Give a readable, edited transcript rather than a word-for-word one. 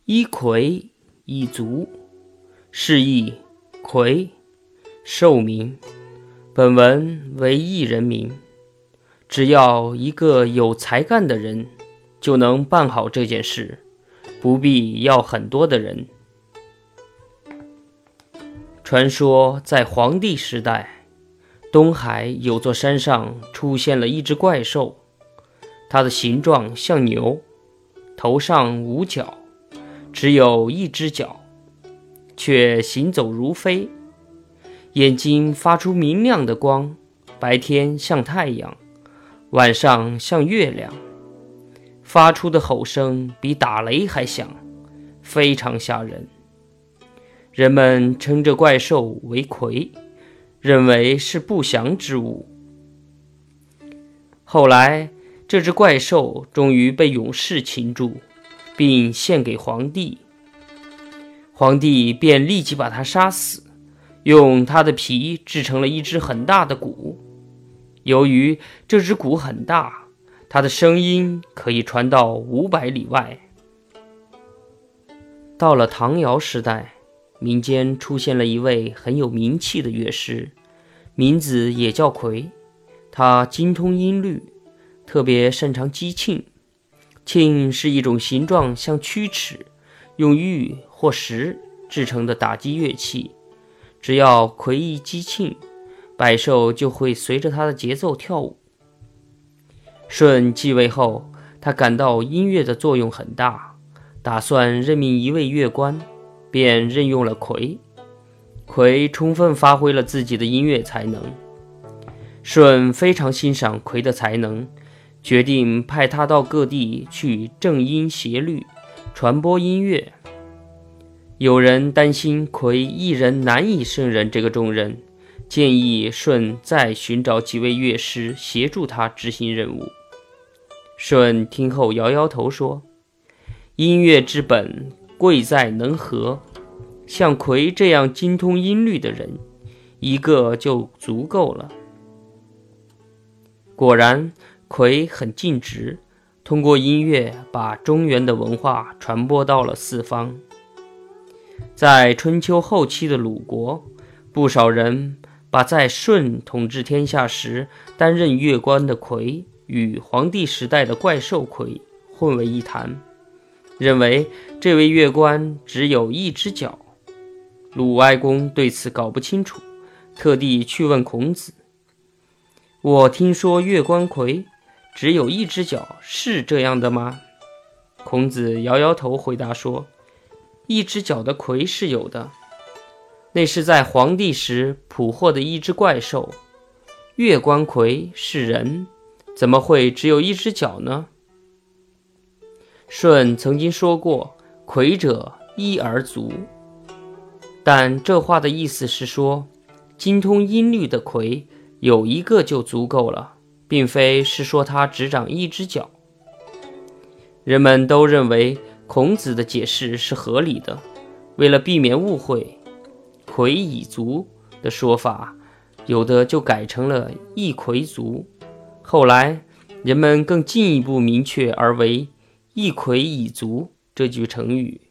一魁一足，是义魁，寿名。本文为一人名，只要一个有才干的人，就能办好这件事，不必要很多的人。传说在黄帝时代，东海有座山上出现了一只怪兽，它的形状像牛，头上无角，只有一只脚，却行走如飞，眼睛发出明亮的光，白天像太阳，晚上像月亮，发出的吼声比打雷还响，非常吓人。人们称这怪兽为魁，认为是不祥之物。后来这只怪兽终于被勇士擒住，并献给皇帝。皇帝便立即把它杀死，用它的皮制成了一只很大的鼓。由于这只鼓很大，它的声音可以传到500里外。到了唐尧时代，民间出现了一位很有名气的乐师，名字也叫魁。他精通音律，特别擅长击磬。磬是一种形状像曲尺，用玉或石制成的打击乐器。只要魁一击磬，百兽就会随着他的节奏跳舞。舜继位后，他感到音乐的作用很大，打算任命一位乐官，便任用了魁。魁充分发挥了自己的音乐才能。舜非常欣赏魁的才能，决定派他到各地去正音协律，传播音乐。有人担心魁一人难以胜任这个重任，建议舜再寻找几位乐师协助他执行任务。舜听后摇摇头说，音乐之本贵在能和，像魁这样精通音律的人，一个就足够了。果然，魁很尽职，通过音乐把中原的文化传播到了四方。在春秋后期的鲁国，不少人把在舜统治天下时担任乐官的魁与黄帝时代的怪兽魁混为一谈，认为这位乐官只有一只脚。鲁哀公对此搞不清楚，特地去问孔子，我听说乐官魁只有一只脚，是这样的吗？孔子摇摇头回答说，一只脚的魁是有的，那是在黄帝时捕获的一只怪兽。乐官魁是人，怎么会只有一只脚呢？舜曾经说过，魁者一而足，但这话的意思是说，精通音律的魁有一个就足够了，并非是说他只长一只脚。人们都认为孔子的解释是合理的，为了避免误会，魁以足的说法有的就改成了一魁足，后来人们更进一步明确而为一魁以足这句成语。